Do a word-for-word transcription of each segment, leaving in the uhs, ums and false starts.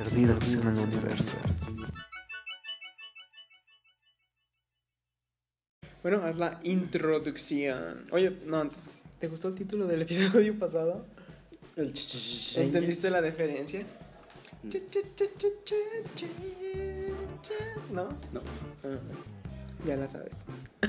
Perdidos en el universo. Bueno, haz la introducción. Oye, no, antes, ¿te gustó el título del episodio pasado? El ch ch ch ¿Entendiste la diferencia? Mm. ¿No? No. Ah, ya la sabes.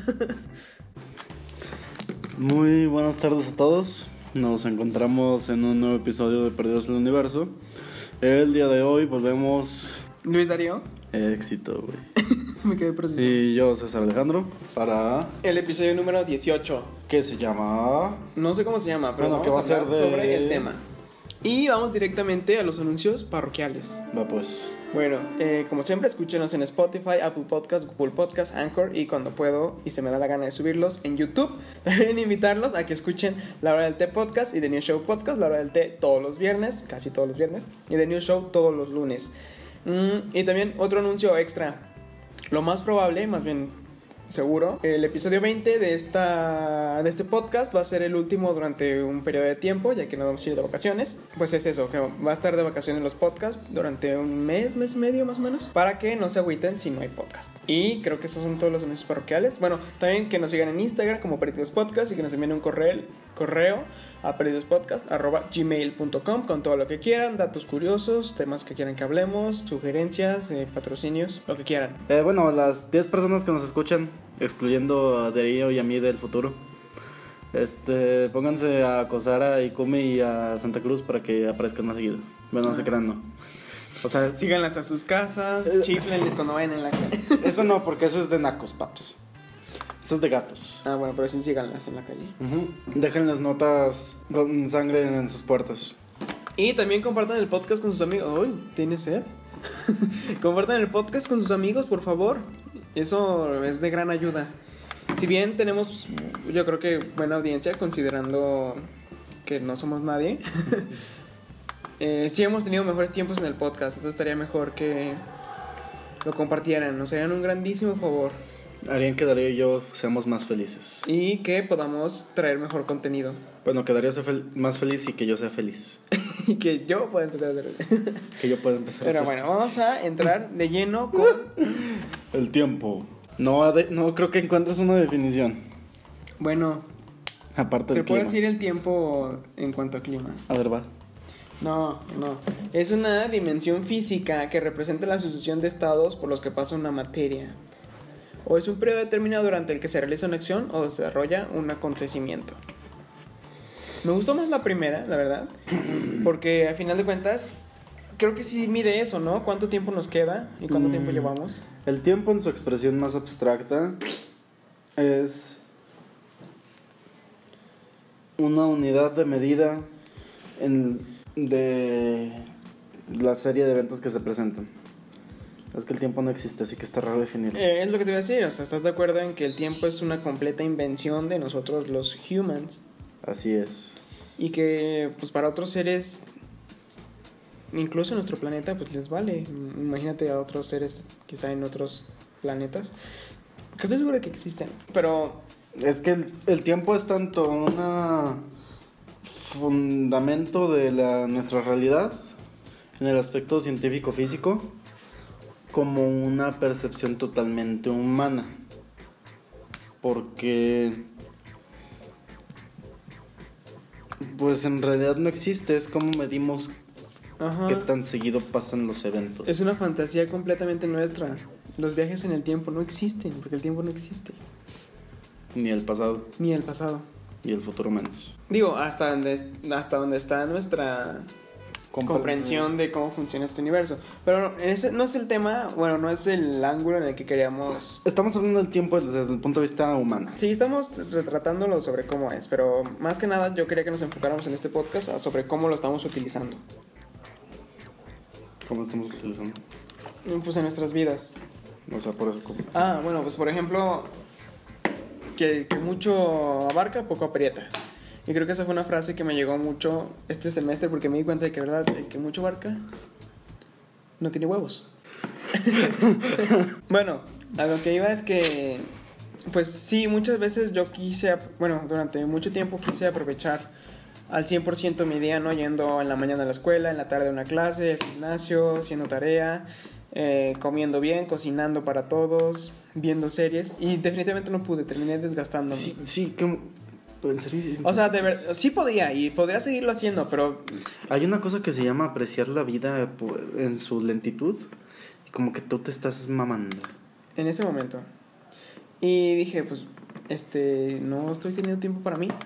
Muy buenas tardes a todos. Nos encontramos en un nuevo episodio de Perdidos en el Universo. El día de hoy volvemos. Luis Darío. Éxito, güey. Me quedé preciso. Y yo, César Alejandro, para. El episodio número dieciocho. ¿Qué se llama? No sé cómo se llama, pero Bueno, vamos que va a a ser hablar de- sobre el tema. Y vamos directamente a los anuncios parroquiales. Va pues. Bueno, eh, como siempre, escúchenos en Spotify, Apple Podcasts, Google Podcasts, Anchor y cuando puedo y se me da la gana de subirlos en YouTube. También invitarlos a que escuchen La Hora del Té Podcast y The New Show Podcast. La Hora del Té todos los viernes, casi todos los viernes, y The New Show todos los lunes. Mm, y también otro anuncio extra. Lo más probable, más bien seguro, el episodio veinte de, esta, de este podcast va a ser el último durante un periodo de tiempo, ya que nos vamos a ir de vacaciones. Pues es eso, que va a estar de vacaciones los podcasts durante un mes, mes y medio más o menos, para que no se agüiten si no hay podcast. Y creo que esos son todos los anuncios parroquiales. Bueno, también que nos sigan en Instagram como Perdidos Podcast y que nos envíen un correo, correo a perdidospodcast arroba gmail punto com con todo lo que quieran, datos curiosos, temas que quieran que hablemos, sugerencias, eh, patrocinios, lo que quieran. Eh, bueno, las diez personas que nos escuchan, excluyendo a Darío y a mí del futuro, este, pónganse a acosar a Ikumi y a Santa Cruz para que aparezcan más seguido. Bueno, no se crean, no. O sea, Síganlas a sus casas, chiflenles cuando vayan en la calle. eso no, porque eso es de nacos, paps. Eso es de gatos. Ah, bueno, pero sí síganlas en la calle. Uh-huh. Dejen las notas con sangre en sus puertas. Y también compartan el podcast con sus amigos. Uy, ¿tiene sed? Compartan el podcast con sus amigos, por favor. Eso es de gran ayuda. Si bien tenemos, yo creo que buena audiencia, considerando que no somos nadie, eh, sí hemos tenido mejores tiempos en el podcast. Entonces estaría mejor que lo compartieran. Nos harían un grandísimo favor. Harían que Darío y yo seamos más felices. Y que podamos traer mejor contenido. Bueno, que Darío sea fel- más feliz y que yo sea feliz. Y que yo pueda empezar a hacer. Que yo pueda empezar Pero a hacer. bueno, vamos a entrar de lleno con... El tiempo. No, de- no creo que encuentres una definición. Bueno, Aparte ¿te del puedo clima. decir el tiempo en cuanto a clima? A ver, va. No, no. Es una dimensión física que representa la sucesión de estados por los que pasa una materia. O es un periodo determinado durante el que se realiza una acción o desarrolla un acontecimiento. Me gustó más la primera, la verdad. Porque a final de cuentas, creo que sí mide eso, ¿no? ¿Cuánto tiempo nos queda y cuánto Mm. tiempo llevamos? El tiempo en su expresión más abstracta es una unidad de medida en, de la serie de eventos que se presentan. Es que el tiempo no existe, así que está raro definirlo. Eh, es lo que te iba a decir, o sea, ¿estás de acuerdo en que el tiempo es una completa invención de nosotros los humans? Así es. Y que, pues, para otros seres, incluso en nuestro planeta, pues les vale. Imagínate a otros seres, quizá en otros planetas, que estoy seguro de que existen. Pero, Es que el, el tiempo es tanto un fundamento de la, nuestra realidad en el aspecto científico-físico como una percepción totalmente humana. Porque pues en realidad no existe, es como medimos ajá, qué tan seguido pasan los eventos. es una fantasía completamente nuestra. Los viajes en el tiempo no existen, porque el tiempo no existe. Ni el pasado, Ni el pasado. y el futuro menos. Digo, hasta donde, hasta donde está nuestra comprensión de cómo funciona este universo. Pero ese no es el tema, bueno, no es el ángulo en el que queríamos... Estamos hablando del tiempo desde el punto de vista humano. Sí, estamos retratándolo sobre cómo es, pero más que nada yo quería que nos enfocáramos en este podcast a sobre cómo lo estamos utilizando. ¿Cómo estamos utilizando? Pues en nuestras vidas. O sea, por eso como... Ah, bueno, pues por ejemplo, que, que mucho abarca, poco aprieta. Y creo que esa fue una frase que me llegó mucho este semestre porque me di cuenta de que, verdad, el que mucho abarca no tiene huevos. Bueno, a lo que iba es que, pues sí, muchas veces yo quise, bueno, durante mucho tiempo quise aprovechar al cien por ciento mi día, ¿no? Yendo en la mañana a la escuela, en la tarde a una clase, al gimnasio, haciendo tarea, eh, comiendo bien, cocinando para todos, viendo series. Y definitivamente no pude, terminé desgastándome. Sí, sí, como... ¿En serio? O sea, de ver, sí podía y podría seguirlo haciendo, pero... Hay una cosa que se llama apreciar la vida en su lentitud. Y como que tú te estás mamando. En ese momento. Y dije, pues, este, no estoy teniendo tiempo para mí.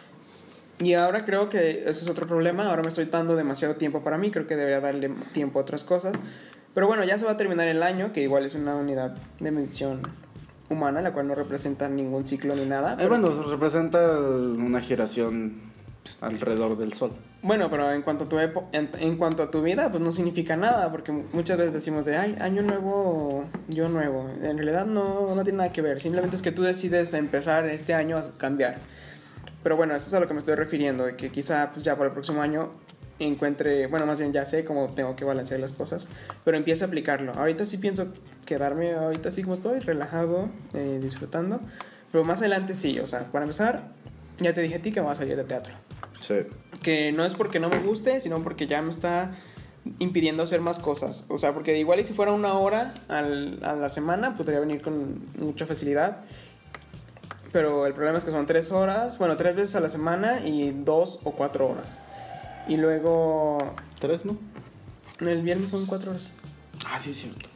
Y ahora creo que ese es otro problema. Ahora me estoy dando demasiado tiempo para mí. Creo que debería darle tiempo a otras cosas. Pero bueno, ya se va a terminar el año, que igual es una unidad de medición humana, la cual no representa ningún ciclo ni nada. Eh, bueno, representa una giración alrededor del sol. Bueno, pero en cuanto a tu epo- en, en cuanto a tu vida, pues no significa nada, porque muchas veces decimos de, ay, año nuevo, yo nuevo. En realidad no, no tiene nada que ver, simplemente es que tú decides empezar este año a cambiar. Pero bueno, eso es a lo que me estoy refiriendo, de que quizá pues ya para el próximo año encuentre, bueno, más bien ya sé cómo tengo que balancear las cosas, pero empiece a aplicarlo. Ahorita sí pienso quedarme ahorita así como estoy, relajado, eh, disfrutando, pero más adelante sí, o sea, para empezar, ya te dije a ti que me voy a salir de teatro. Sí. Que no es porque no me guste, sino porque ya me está impidiendo hacer más cosas. O sea, porque igual y si fuera una hora al, a la semana, podría venir con mucha facilidad. Pero el problema es que son tres horas, bueno, tres veces a la semana y dos o cuatro horas. Y luego... ¿Tres, no? El viernes son cuatro horas. Ah, sí, es cierto.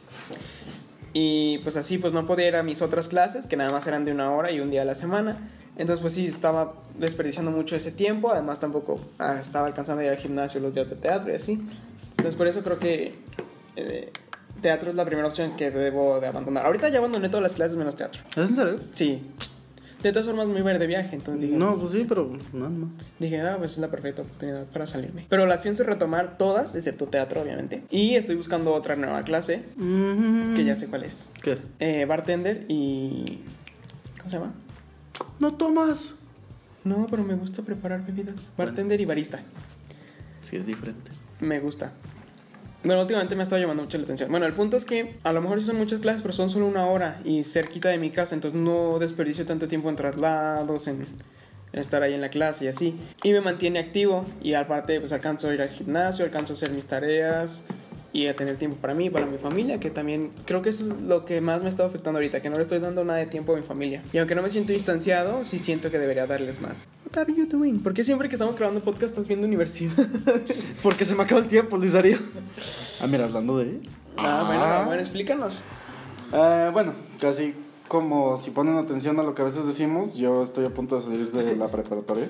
Y pues así, pues no podía ir a mis otras clases, que nada más eran de una hora y un día a la semana. Entonces pues sí, estaba desperdiciando mucho ese tiempo. Además tampoco ah, estaba alcanzando a ir al gimnasio los días de teatro y así. Entonces por eso creo que eh, teatro es la primera opción que debo de abandonar. Ahorita ya abandoné todas las clases menos teatro. ¿Es en serio? Sí. De todas formas me iba a ir de viaje, entonces dije... No, pues sí, pero nada más. Dije, ah, pues es la perfecta oportunidad para salirme. Pero las pienso retomar todas, excepto teatro, obviamente. Y estoy buscando otra nueva clase, Mm-hmm. que ya sé cuál es. ¿Qué? Eh, bartender y... ¿Cómo se llama? No tomas. No, pero me gusta preparar bebidas. Bartender y barista. Sí, es diferente. Me gusta. Bueno, últimamente me ha estado llamando mucho la atención. Bueno, el punto es que a lo mejor sí son muchas clases, pero son solo una hora y cerquita de mi casa, entonces no desperdicio tanto tiempo en traslados, en, en estar ahí en la clase y así. Y me mantiene activo y aparte pues alcanzo a ir al gimnasio, alcanzo a hacer mis tareas y a tener tiempo para mí, para mi familia, que también creo que eso es lo que más me está afectando ahorita, que no le estoy dando nada de tiempo a mi familia. Y aunque no me siento distanciado, sí siento que debería darles más. What are you doing? ¿Por qué siempre que estamos grabando podcast estás viendo universidad? Porque se me acaba el tiempo, Luis Darío. Ah, mira, hablando de... Ah, bueno, bueno, explícanos. Eh, bueno, casi como si ponen atención a lo que a veces decimos, yo estoy a punto de salir de la preparatoria.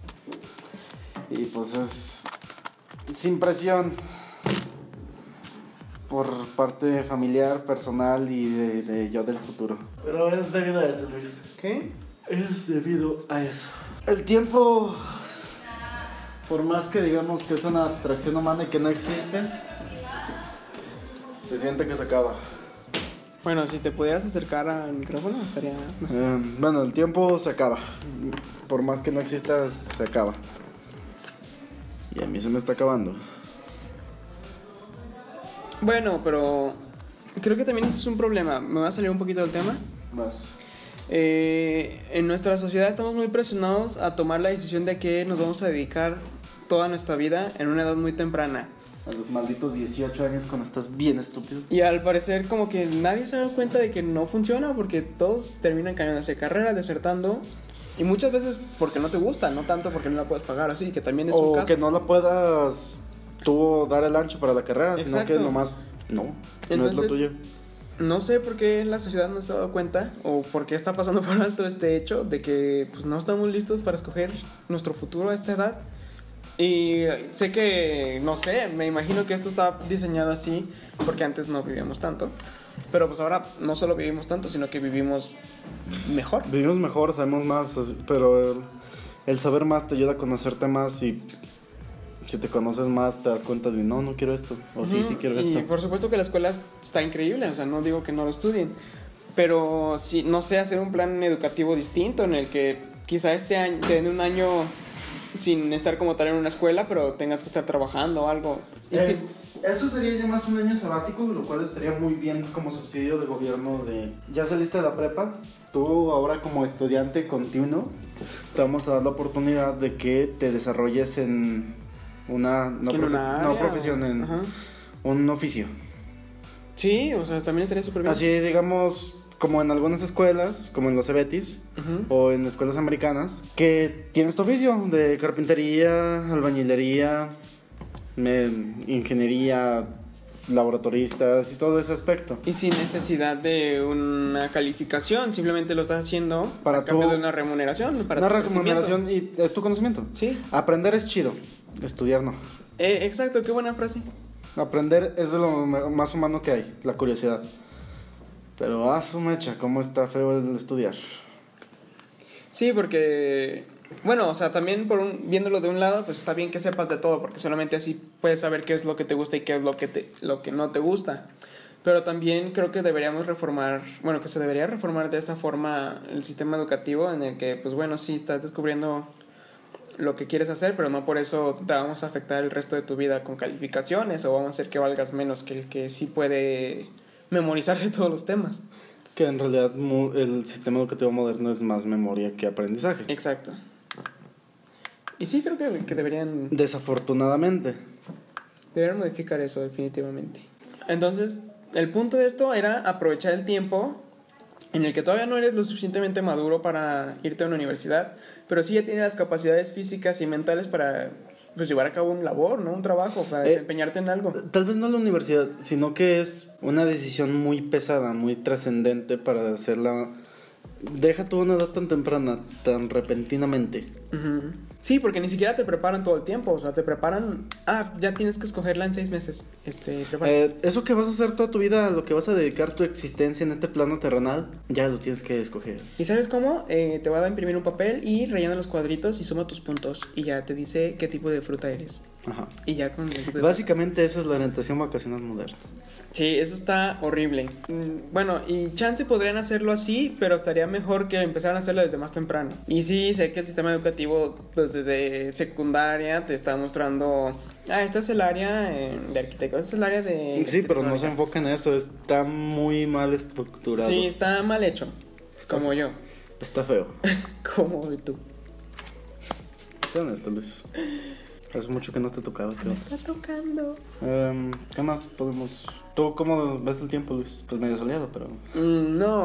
Y pues es sin presión por parte familiar, personal y de, de yo del futuro. Pero es debido a eso, Luis. ¿Qué? Es debido a eso. El tiempo, por más que digamos que es una abstracción humana y que no existe, se siente que se acaba. Bueno, si te pudieras acercar al micrófono, estaría... Eh, bueno, el tiempo se acaba. Por más que no exista, se acaba. Y a mí se me está acabando. Bueno, pero creo que también eso es un problema. Me va a salir un poquito del tema. Vas. Eh, en nuestra sociedad estamos muy presionados a tomar la decisión de que nos vamos a dedicar toda nuestra vida en una edad muy temprana. A los malditos dieciocho años cuando estás bien estúpido. Y al parecer como que nadie se da cuenta de que no funciona, porque todos terminan cambiándose de carrera, desertando. Y muchas veces porque no te gusta, no tanto porque no la puedes pagar así, que también es o un caso. que no la puedas tú dar el ancho para la carrera. Exacto. Sino que nomás no, Entonces, no es lo tuyo. No sé por qué la sociedad no se ha dado cuenta o por qué está pasando por alto este hecho de que pues, no estamos listos para escoger nuestro futuro a esta edad. Y sé que, no sé, me imagino que esto está diseñado así porque antes no vivíamos tanto. Pero pues ahora no solo vivimos tanto, sino que vivimos mejor. Vivimos mejor, sabemos más, así, pero el, el saber más te ayuda a conocerte más y si te conoces más te das cuenta de no, no quiero esto, o sí, sí quiero y esto. Y por supuesto que la escuela está increíble, o sea, no digo que no lo estudien, pero sí, no sé, hacer un plan educativo distinto en el que quizá este año, te den un año sin estar como tal en una escuela, pero tengas que estar trabajando o algo. Y Eh, sí, Eso sería ya más un año sabático, lo cual estaría muy bien como subsidio de gobierno de... Ya saliste de la prepa, tú ahora como estudiante continuo, te vamos a dar la oportunidad de que te desarrolles en una, no, ¿En profe- una no área profesión, o- en ajá. un oficio. Sí, o sea, también estaría súper bien. Así, digamos, como en algunas escuelas, como en los CEBETIS Ujú. o en escuelas americanas, que tienes tu oficio de carpintería, albañilería, me- ingeniería, laboratoristas y todo ese aspecto. Y sin necesidad de una calificación, simplemente lo estás haciendo Para a cambio tu- de una remuneración. Para Una tu conocimiento. remuneración y es tu conocimiento. Sí, Aprender es chido, estudiar no. eh, exacto, qué buena frase. Aprender es de lo me- más humano que hay, la curiosidad. Pero a su mecha, cómo está feo el estudiar. Sí, porque, bueno, o sea, también por un, viéndolo de un lado, pues está bien que sepas de todo, porque solamente así puedes saber qué es lo que te gusta y qué es lo que, te, lo que no te gusta. Pero también creo que deberíamos reformar, bueno, que se debería reformar de esa forma el sistema educativo en el que, pues bueno, sí estás descubriendo lo que quieres hacer, pero no por eso te vamos a afectar el resto de tu vida con calificaciones o vamos a hacer que valgas menos que el que sí puede memorizarse todos los temas. Que en realidad mu- el sistema educativo moderno es más memoria que aprendizaje. Exacto. Y sí, creo que, que deberían, Desafortunadamente. deberían modificar eso definitivamente. Entonces, el punto de esto era aprovechar el tiempo en el que todavía no eres lo suficientemente maduro para irte a una universidad, pero sí ya tienes las capacidades físicas y mentales para pues, llevar a cabo un labor, ¿no? Un trabajo, para Eh, desempeñarte en algo. Tal vez no la universidad, sino que es una decisión muy pesada, muy trascendente para hacerla. Deja tú una edad tan temprana, tan repentinamente. Ujú. Sí, porque ni siquiera te preparan todo el tiempo, o sea, te preparan, ah, ya tienes que escogerla en seis meses, este, prepárate. Eh, eso que vas a hacer toda tu vida, a lo que vas a dedicar tu existencia en este plano terrenal, ya lo tienes que escoger. ¿Y sabes cómo? Eh, te va a imprimir un papel y rellena los cuadritos y suma tus puntos y ya te dice qué tipo de fruta eres. Ajá. Y ya con el tipo de Básicamente esa es la orientación vacacional moderna. Sí, eso está horrible. Mm, Bueno, y chance podrían hacerlo así, pero estaría mejor que empezaran a hacerlo desde más temprano. Y sí, sé que el sistema educativo, pues desde secundaria, te está mostrando, ah, esta es el área eh, de arquitecto, esta es el área de... Sí, pero no se electrónica. enfoca en eso, está muy mal estructurado. Sí, está mal hecho, como yo, Está feo. como tú. Sé honesto, Luis. Hace mucho que no te tocaba, creo. Está tocando. Em, ¿Qué más podemos...? ¿Tú cómo ves el tiempo, Luis? Pues medio soleado, pero... Mm, no,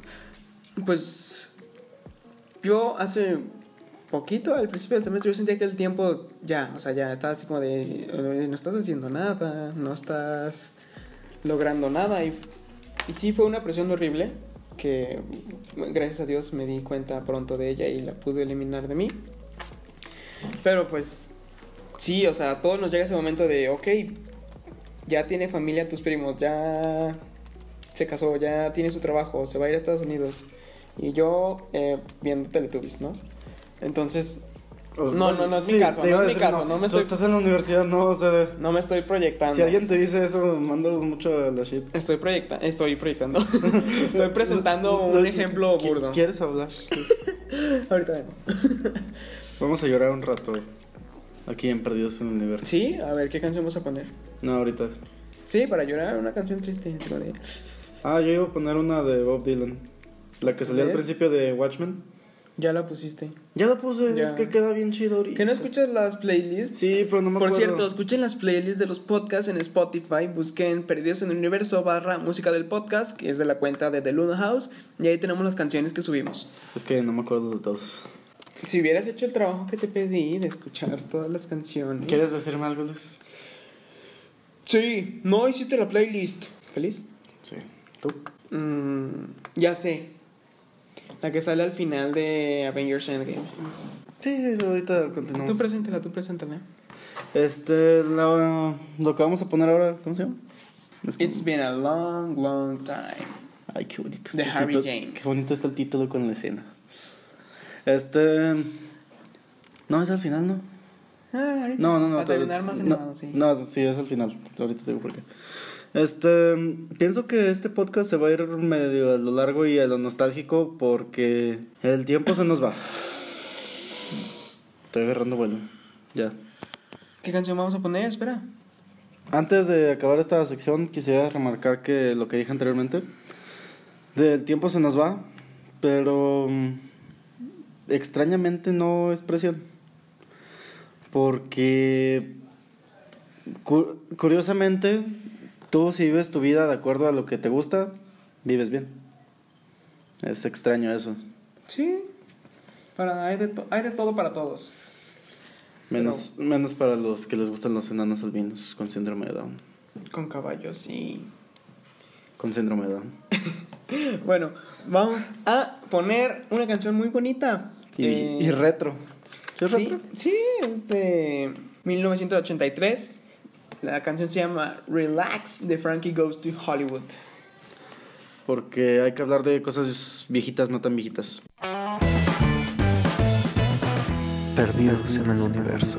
pues yo hace poquito, al principio del semestre, yo sentía que el tiempo ya, o sea, ya estaba así como de, "Eh, no estás haciendo nada, no estás logrando nada". Y, y sí fue una presión horrible que gracias a Dios me di cuenta pronto de ella y la pude eliminar de mí. Pero pues sí, o sea, a todos nos llega ese momento de, ok, ya tiene familia tus primos, ya se casó, ya tiene su trabajo, se va a ir a Estados Unidos. Y yo eh, viendo Teletubbies, ¿no? Entonces, no, no, no es mi caso, te no iba a es mi decir, caso, no me Tú estoy, estás en la universidad, no, o sea... no me estoy proyectando. Si alguien te dice eso, mándalos mucho a la shit. Estoy proyectando, estoy proyectando. Estoy presentando un ejemplo ¿Qui- burdo. ¿Quieres hablar? Ahorita vengo. Vamos a llorar un rato aquí en Perdidos en el Universo. Sí, a ver, ¿qué canción vas a poner? No, ahorita. Sí, para llorar, una canción triste. digo, de- Ah, yo iba a poner una de Bob Dylan. La que salió al ¿Ves? principio de Watchmen. Ya la pusiste. Ya la puse, Ya. es que queda bien chido ahorita. ¿Que no escuchas las playlists? Sí, pero no me Por acuerdo. cierto, escuchen las playlists de los podcasts en Spotify, busquen Perdidos en el Universo barra música del podcast, que es de la cuenta de The Luna House, y ahí tenemos las canciones que subimos. Es que no me acuerdo de todos. Si hubieras hecho el trabajo que te pedí de escuchar todas las canciones. ¿Quieres decirme algo, Luis? Sí, no hiciste la playlist. ¿Feliz? Sí. ¿Tú? Mm, ya sé. La que sale al final de Avengers Endgame. Sí, ahorita continuamos. Tú preséntala, tú preséntala. Este, la- lo que vamos a poner ahora, ¿cómo se llama? Es como- It's been a long, long time. Ay, qué bonito está de el Harry título. James. Qué bonito está el título con la escena. Este... No, es al final, ¿no? Ah, ahorita. No, no, no. Para terminar todavía- más no, animado, sí. No, sí, es al final. Ahorita te digo por qué. Este... Pienso que este podcast se va a ir medio a lo largo y a lo nostálgico porque el tiempo se nos va. Estoy agarrando vuelo. Ya. ¿Qué canción vamos a poner? Espera. Antes de acabar esta sección, quisiera remarcar que lo que dije anteriormente, del tiempo se nos va, pero mm, extrañamente no es presión. Porque cu- curiosamente, tú si vives tu vida de acuerdo a lo que te gusta, vives bien. Es extraño eso. Sí, para, hay, de to- hay de todo para todos. Menos, Pero- menos para los que les gustan los enanos albinos con síndrome de Down. Con caballos, sí. Con síndrome de Down. Bueno, vamos a poner una canción muy bonita. Y, Eh, y retro. ¿Sí es sí, retro? sí, es de mil novecientos ochenta y tres. La canción se llama Relax de Frankie Goes to Hollywood. Porque hay que hablar de cosas viejitas, no tan viejitas. Perdidos en el universo.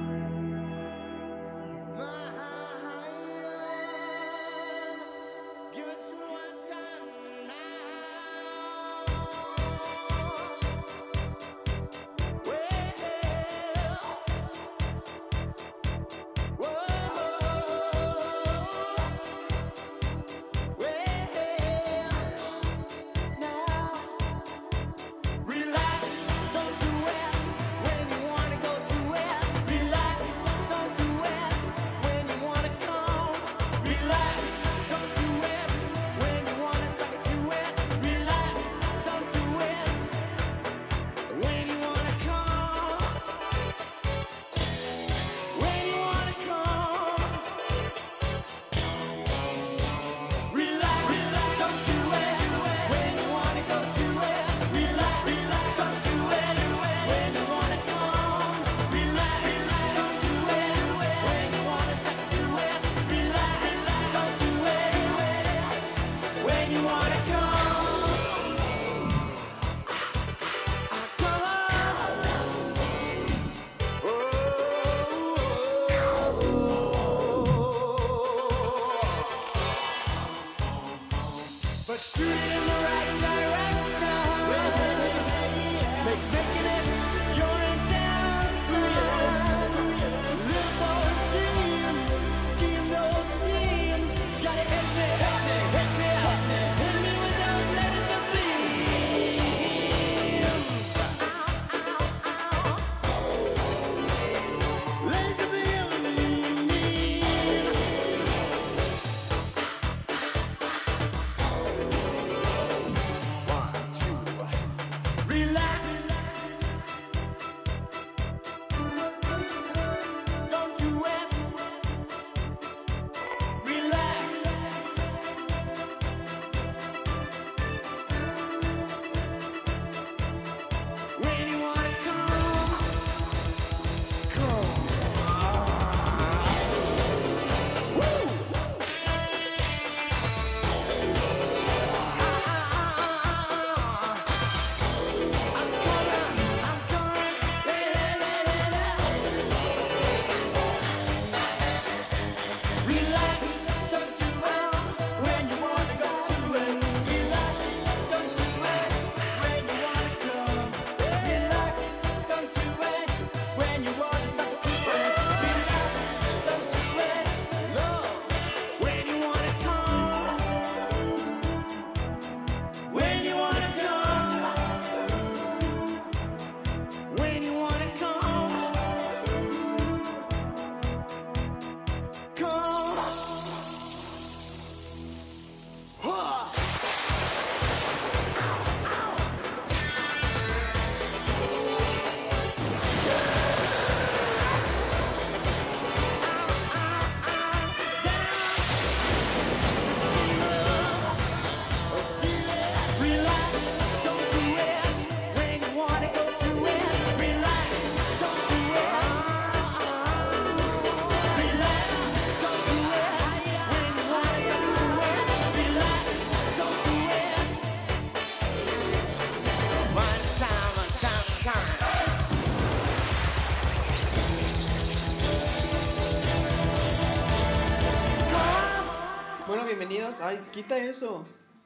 Bueno, bienvenidos. Ay, quita eso.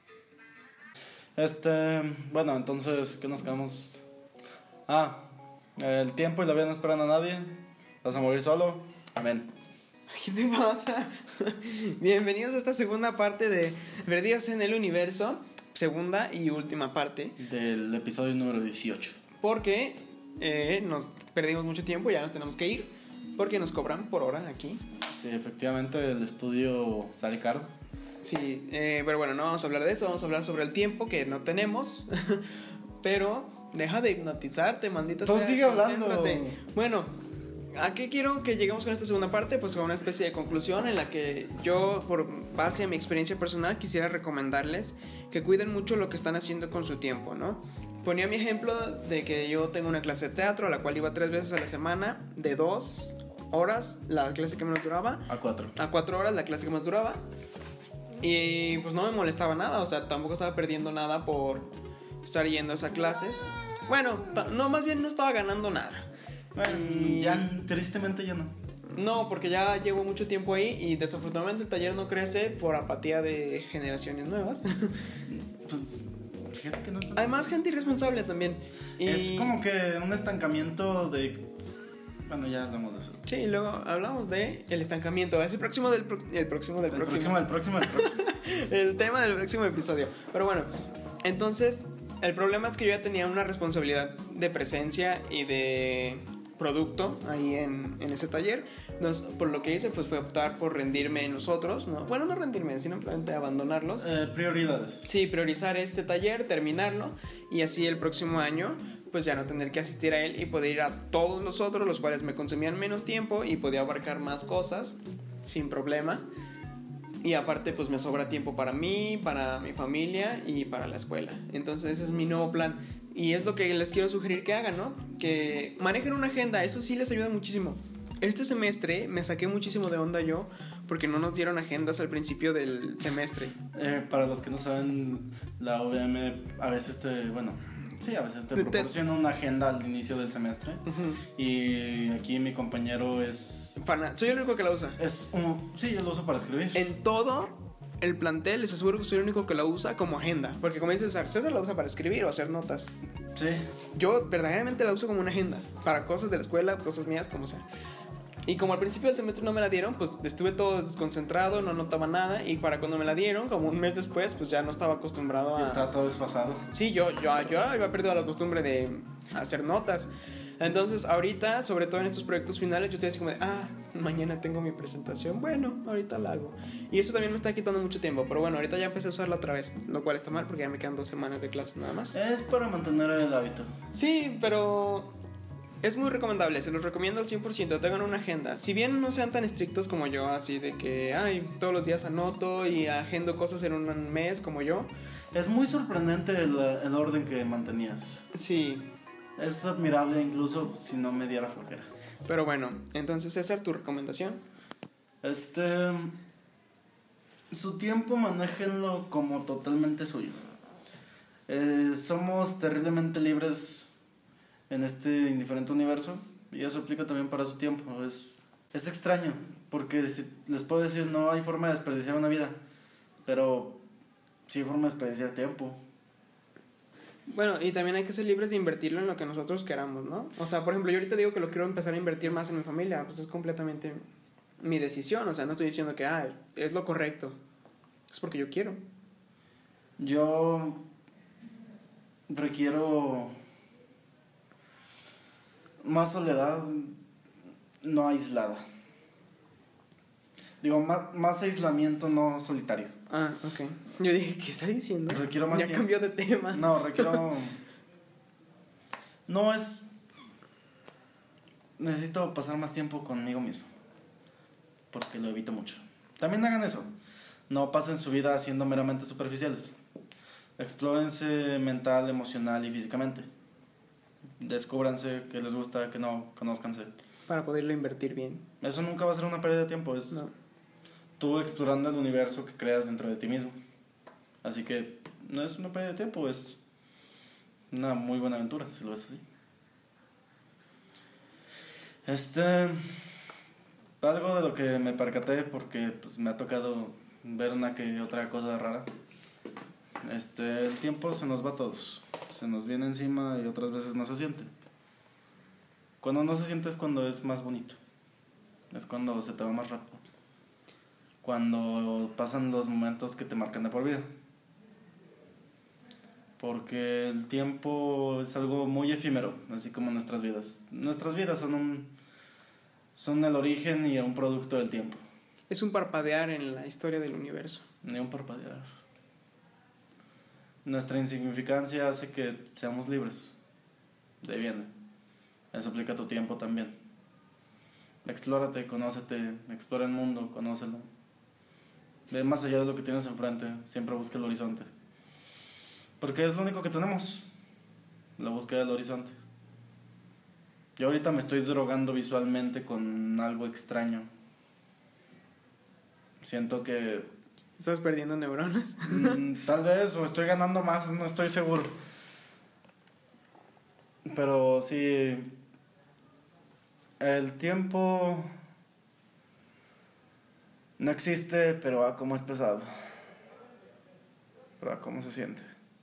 Este, bueno, entonces, ¿qué nos quedamos? Ah, el tiempo y la vida no esperan a nadie. Vas a morir solo. Amén. ¿Qué te pasa? Bienvenidos a esta segunda parte de Perdidos en el Universo. Segunda y última parte. Del episodio número dieciocho. porque eh, nos perdimos mucho tiempo, ya nos tenemos que ir, porque nos cobran por hora aquí. Sí, efectivamente el estudio sale caro. Sí, eh, pero bueno, no vamos a hablar de eso, vamos a hablar sobre el tiempo que no tenemos. Pero deja de hipnotizarte, maldita sea. Tú sigue hablando. Concéntrate. Bueno, ¿a qué quiero que lleguemos con esta segunda parte? Pues a una especie de conclusión en la que yo, por base a mi experiencia personal, quisiera recomendarles que cuiden mucho lo que están haciendo con su tiempo, ¿no? Ponía mi ejemplo de que yo tengo una clase de teatro a la cual iba tres veces a la semana, de dos horas la clase que menos duraba, A cuatro. a cuatro horas la clase que más duraba. Y pues no me molestaba nada, o sea, tampoco estaba perdiendo nada por estar yendo a esas clases. Bueno, no, más bien no estaba ganando nada. Bueno, y... ya tristemente ya no. No, porque ya llevo mucho tiempo ahí y desafortunadamente el taller no crece por apatía de generaciones nuevas. Pues fíjate que no está... Además, gente irresponsable también. Y... Es como que un estancamiento de... Bueno, ya hablamos de eso. Sí, luego hablamos de el estancamiento. Es el próximo del, pro... el próximo del el próximo. próximo. El próximo, el próximo, el próximo. El tema del próximo episodio. Pero bueno, entonces el problema es que yo ya tenía una responsabilidad de presencia y de producto ahí en, en ese taller. Nos, por lo que hice pues fue optar por rendirme en los otros, ¿no? Bueno, no rendirme, sino simplemente abandonarlos. Eh, prioridades. Sí, priorizar este taller, terminarlo y así el próximo año pues ya no tener que asistir a él y poder ir a todos los otros, los cuales me consumían menos tiempo y podía abarcar más cosas sin problema. Y aparte pues me sobra tiempo para mí, para mi familia y para la escuela. Entonces ese es mi nuevo plan. Y es lo que les quiero sugerir que hagan, ¿no? Que manejen una agenda, eso sí les ayuda muchísimo. Este semestre me saqué muchísimo de onda yo porque no nos dieron agendas al principio del semestre. Eh, para los que no saben, la U V M a veces te... Bueno, sí, a veces te Te- proporciona una agenda al inicio del semestre. Uh-huh. Y aquí mi compañero es... Fana- soy el único que la usa. Es un... Sí, yo lo uso para escribir. En todo el plantel les aseguro que soy el único que la usa como agenda. Porque como dice César, César la usa para escribir o hacer notas. Sí. Yo verdaderamente la uso como una agenda. Para cosas de la escuela, cosas mías, como sea. Y como al principio del semestre no me la dieron, pues estuve todo desconcentrado, no notaba nada. Y para cuando me la dieron, como un mes después, pues ya no estaba acostumbrado a... Está todo desfasado. Sí, yo, yo, yo había perdido la costumbre de hacer notas. Entonces ahorita, sobre todo en estos proyectos finales, yo estoy así como de, ah, mañana tengo mi presentación, bueno, ahorita la hago. Y eso también me está quitando mucho tiempo, pero bueno, ahorita ya empecé a usarla otra vez, lo cual está mal porque ya me quedan dos semanas de clases nada más. Es para mantener el hábito. Sí, pero es muy recomendable, se los recomiendo al cien por ciento, tengan una agenda. Si bien no sean tan estrictos como yo, así de que, ay, todos los días anoto y agendo cosas en un mes como yo. Es muy sorprendente el, el orden que mantenías. Sí. Es admirable incluso si no me diera flojera. Pero bueno, entonces César, tu recomendación. Este... Su tiempo manéjenlo como totalmente suyo. Eh, somos terriblemente libres en este indiferente universo y eso aplica también para su tiempo. Es, es extraño porque si, les puedo decir, no hay forma de desperdiciar una vida, pero sí hay forma de desperdiciar tiempo. Bueno, y también hay que ser libres de invertirlo en lo que nosotros queramos, ¿no? O sea, por ejemplo, yo ahorita digo que lo quiero empezar a invertir más en mi familia, pues es completamente mi decisión, o sea, no estoy diciendo que, ah, es lo correcto, es porque yo quiero. Yo requiero más soledad, no aislada. Digo, más, más aislamiento, no solitario. Ah, ok. Yo dije, ¿qué está diciendo? Requiero más ya tiempo. cambió de tema. No, requiero... No es... Necesito pasar más tiempo conmigo mismo. Porque lo evito mucho. También hagan eso. No pasen su vida siendo meramente superficiales. Explórense mental, emocional y físicamente. Descúbranse qué les gusta, qué no, conózcanse. Para poderlo invertir bien. Eso nunca va a ser una pérdida de tiempo. Es No. tú explorando el universo que creas dentro de ti mismo. Así que no es una pérdida de tiempo, es una muy buena aventura, si lo ves así. Este... Algo de lo que me percaté, porque pues, me ha tocado ver una que otra cosa rara. Este, el tiempo se nos va a todos. Se nos viene encima y otras veces no se siente. Cuando no se siente es cuando es más bonito. Es cuando se te va más rápido. Cuando pasan los momentos que te marcan de por vida. Porque el tiempo es algo muy efímero, así como nuestras vidas. Nuestras vidas son un son el origen y un producto del tiempo. Es un parpadear en la historia del universo. Ni un parpadear. Nuestra insignificancia hace que seamos libres. De ahí viene. Eso aplica a tu tiempo también. Explórate, conócete, explora el mundo, conócelo. Ve más allá de lo que tienes enfrente, siempre busca el horizonte. Porque es lo único que tenemos, la búsqueda del horizonte. Yo ahorita me estoy drogando visualmente con algo extraño. Siento que... ¿Estás perdiendo neuronas? mm, tal vez, o estoy ganando más, no estoy seguro. Pero sí... El tiempo... no existe, pero ah, cómo es pesado. Pero ah, cómo se siente.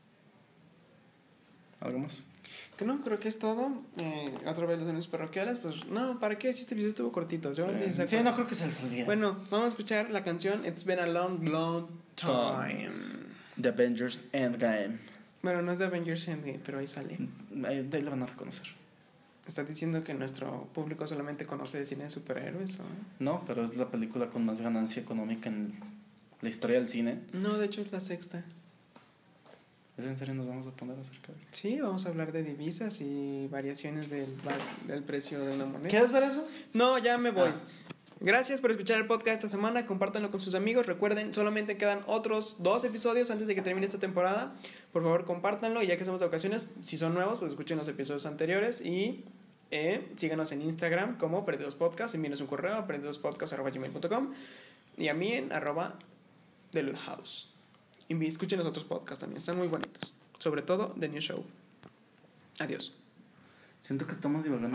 ¿Algo más? Que no, creo que es todo. Eh, otra vez los anuncios parroquiales. Pues no, ¿para qué? Si este video estuvo cortito. Yo ni sé Sí, cuánto. no creo que se les olvide. Bueno, vamos a escuchar la canción It's Been a Long, Long Time. The Avengers Endgame. Bueno, no es de Avengers Endgame, pero ahí sale. Ahí, de ahí lo van a reconocer. ¿Estás diciendo que nuestro público solamente conoce cine de superhéroes o...? No, pero es la película con más ganancia económica en la historia del cine. No, de hecho es la sexta. ¿Es en serio nos vamos a poner acerca de esto? Sí, vamos a hablar de divisas y variaciones del, va- del precio de una moneda. ¿Quieres ver eso? No, ya me voy. Ah. Gracias por escuchar el podcast esta semana. Compártanlo con sus amigos. Recuerden, solamente quedan otros dos episodios antes de que termine esta temporada. Por favor, compártanlo. Y ya que estamos de vacaciones, si son nuevos, pues escuchen los episodios anteriores. Y eh, síganos en Instagram como Perdidos Podcast. Envíenos un correo a perdidospodcast arroba gmail punto com. Y a mí en arroba The Loot House. Y escuchen los otros podcasts también. Están muy bonitos. Sobre todo The New Show. Adiós. Siento que estamos divagando.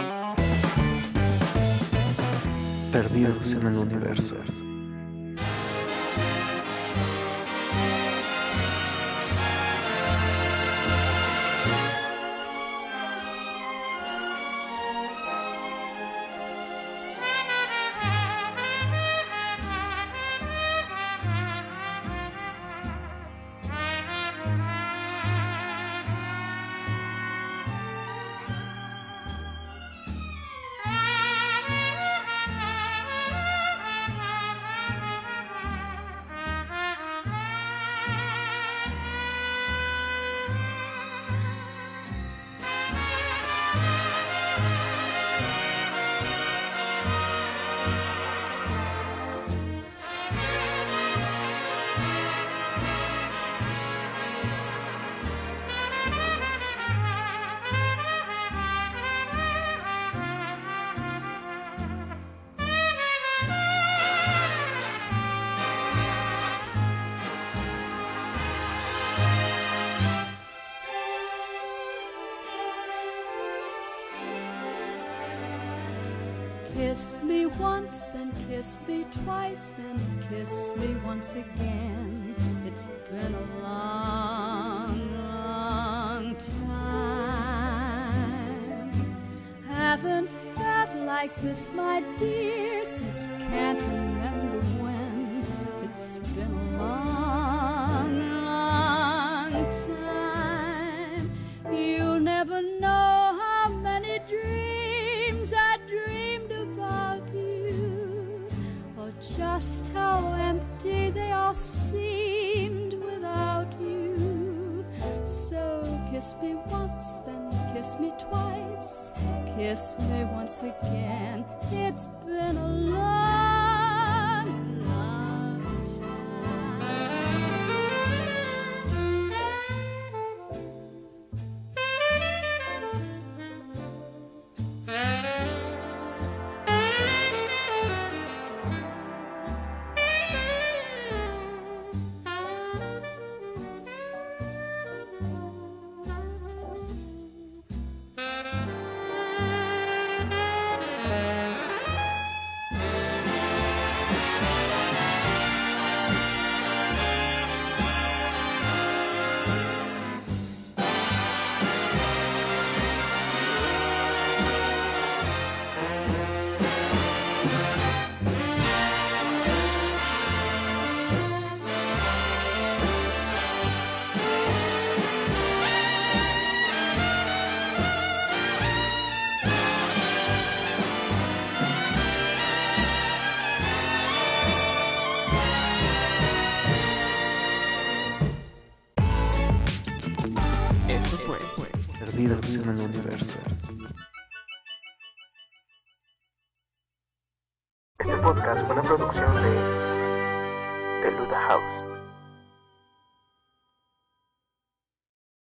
Perdidos en el universo. Kiss me once, then kiss me twice, then kiss me once again. It's been a long, long time. Haven't felt like this, my dear, since can't remember when. It's been a long, long time. You'll never know how many dreams I dreamed about you, or just how empty they all seemed without you. So kiss me once, then kiss me twice, kiss me once again. It's been a long, long time. Esto fue Perdidos en el universo. Este podcast fue una producción de, de Luda House.